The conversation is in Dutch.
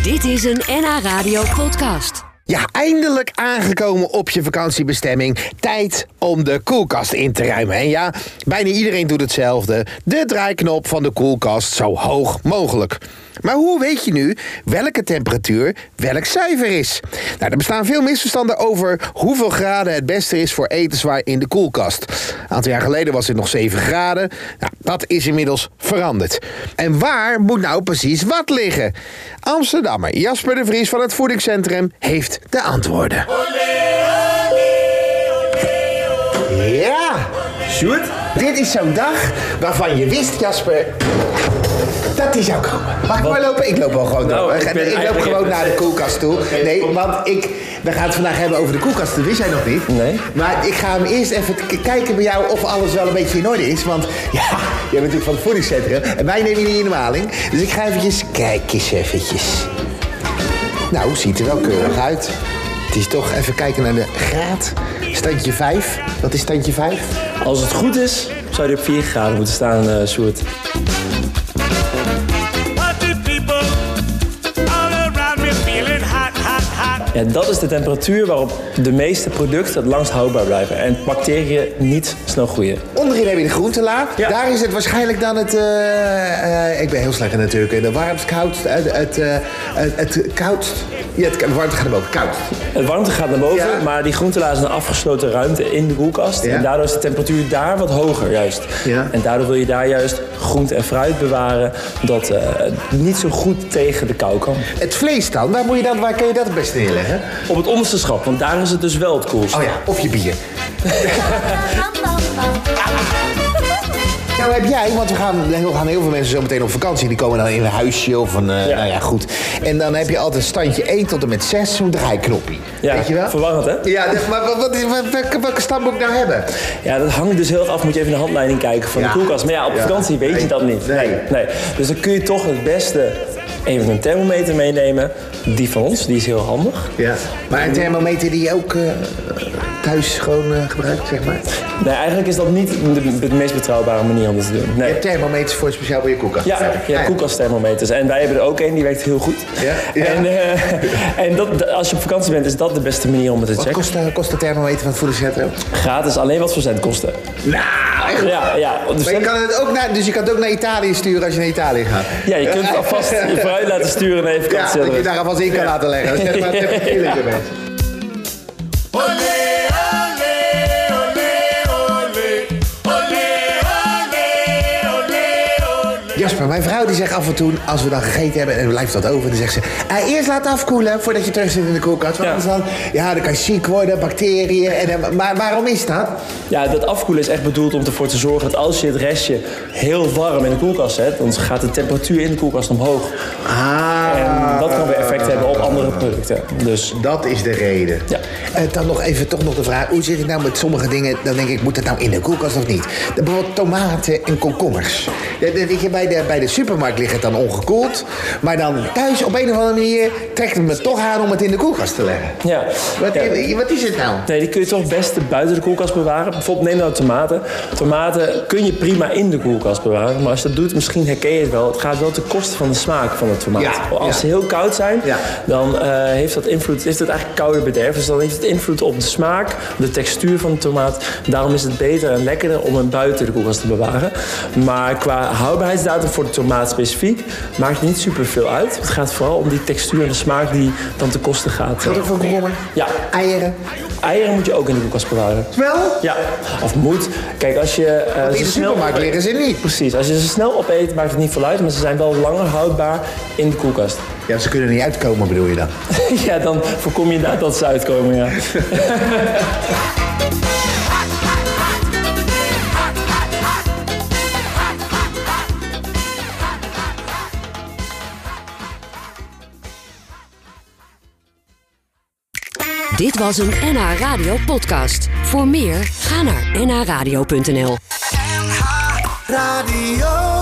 Dit is een NH Radio podcast. Ja, eindelijk aangekomen op je vakantiebestemming. Tijd om de koelkast in te ruimen. En ja, bijna iedereen doet hetzelfde. De draaiknop van de koelkast zo hoog mogelijk. Maar hoe weet je nu welke temperatuur welk cijfer is? Nou, er bestaan veel misverstanden over hoeveel graden het beste is voor etenswaar in de koelkast. Een aantal jaar geleden was het nog 7 graden. Nou, dat is inmiddels veranderd. En waar moet nou precies wat liggen? Amsterdammer Jasper de Vries van het Voedingscentrum heeft de antwoorden. Ja, Sjoerd, dit is zo'n dag waarvan je wist, Jasper, dat die zou komen. Mag ik maar lopen? Ik loop wel gewoon door. Ik loop gewoon naar de koelkast toe. Nee, want we gaan het vandaag hebben over de koelkast. Dat wist jij nog niet. Nee. Maar ik ga hem eerst even kijken bij jou of alles wel een beetje in orde is. Want ja, jij bent natuurlijk van het Voedingscentrum. En wij nemen je niet in de maling. Dus ik ga eventjes kijken. Nou, ziet er wel keurig uit. Het is toch even kijken naar de graad. Standje 5. Wat is standje 5? Als het goed is, zou die op 4 graden moeten staan, Sjoerd. Ja, dat is de temperatuur waarop de meeste producten het langst houdbaar blijven. En bacteriën niet snel groeien. Onderin heb je de groentela. Ja. Daar is het waarschijnlijk dan het... ik ben heel slecht in natuurlijk. De warmst, koudst, het koudst. Ja, het warmte gaat naar boven. Koud. Het warmte gaat naar boven, ja. Maar die groentela is een afgesloten ruimte in de koelkast. Ja. En daardoor is de temperatuur daar wat hoger juist. Ja. En daardoor wil je daar juist groente en fruit bewaren dat niet zo goed tegen de kou kan. Het vlees dan, waar kun je dat het beste neerleggen? Op het onderste schap, want daar is het dus wel het koelst. Oh ja, of je bier. Nou heb jij, want we gaan heel veel mensen zo meteen op vakantie. Die komen dan in een huisje of een... Nou ja, goed. En dan heb je altijd standje 1 tot en met 6, zo'n draaiknoppie. Ja, weet je wel? verwarrend, hè? Ja, maar welke stand moet ik nou hebben? Ja, dat hangt dus heel erg af. Moet je even in de handleiding kijken van de koelkast. Maar ja, op vakantie weet je dat niet. Nee. Dus dan kun je toch het beste even een thermometer meenemen. Die van ons, die is heel handig. Ja. Maar een thermometer die je ook thuis gewoon gebruikt, zeg maar? Nee, eigenlijk is dat niet de meest betrouwbare manier om dat te doen. Nee. Je hebt thermometers voor speciaal voor je koelkast? Ja, je hebt koelkastthermometers. En wij hebben er ook een, die werkt heel goed. Ja? Ja. En dat, als je op vakantie bent, is dat de beste manier om het te checken. Wat kost de thermometer van het Voedingscentrum? Gratis, alleen wat voor cent kosten. Nou, echt? Ja. Dus maar je kan het ook naar Italië sturen als je naar Italië gaat? Ja, je kunt alvast je vooruit laten sturen naar even vakantie. Ja, dat je daar alvast in kan laten leggen. Zeg maar, het even eerlijk mensen. Jasper, mijn vrouw die zegt af en toe, als we dan gegeten hebben en er blijft wat over, dan zegt ze, eerst laten afkoelen voordat je terug zit in de koelkast. Want anders dan kan je ziek worden, bacteriën. Maar waarom is dat? Ja, dat afkoelen is echt bedoeld om ervoor te zorgen dat als je het restje heel warm in de koelkast zet, dan gaat de temperatuur in de koelkast omhoog. En dat kan weer effect hebben op andere producten. Dus dat is de reden. Ja. Dan toch nog de vraag, hoe zit het nou met sommige dingen? Dan denk ik, moet het nou in de koelkast of niet? Bijvoorbeeld tomaten en komkommers. Bij de supermarkt ligt het dan ongekoeld. Maar dan thuis op een of andere manier trekt het me toch aan om het in de koelkast te leggen. Ja. Wat is het nou? Nee, die kun je toch best buiten de koelkast bewaren. Bijvoorbeeld neem nou tomaten. Tomaten kun je prima in de koelkast bewaren. Maar als je dat doet, misschien herken je het wel. Het gaat wel ten koste van de smaak van de tomaat. Ja. Als ze heel koud zijn, dan heeft het eigenlijk koude bederf. Dus dan heeft het invloed op de smaak, de textuur van de tomaat. Daarom is het beter en lekkerder om hem buiten de koelkast te bewaren. Maar qua houdbaarheidsdatum voor de tomaat specifiek maakt niet super veel uit. Het gaat vooral om die textuur en de smaak die dan ten koste gaat. Wat ook voor komkommer? Ja. Eieren? Eieren moet je ook in de koelkast bewaren. Wel? Ja. Of moet. Kijk, als je in de supermarkt liggen ze niet. Precies. Als je ze snel opeet, maakt het niet veel uit. Maar ze zijn wel langer houdbaar in de koelkast. Ja, ze kunnen er niet uitkomen, bedoel je dan? Ja, dan voorkom je inderdaad dat ze uitkomen, ja. Dit was een NH Radio podcast. Voor meer, ga naar nhradio.nl. NH Radio.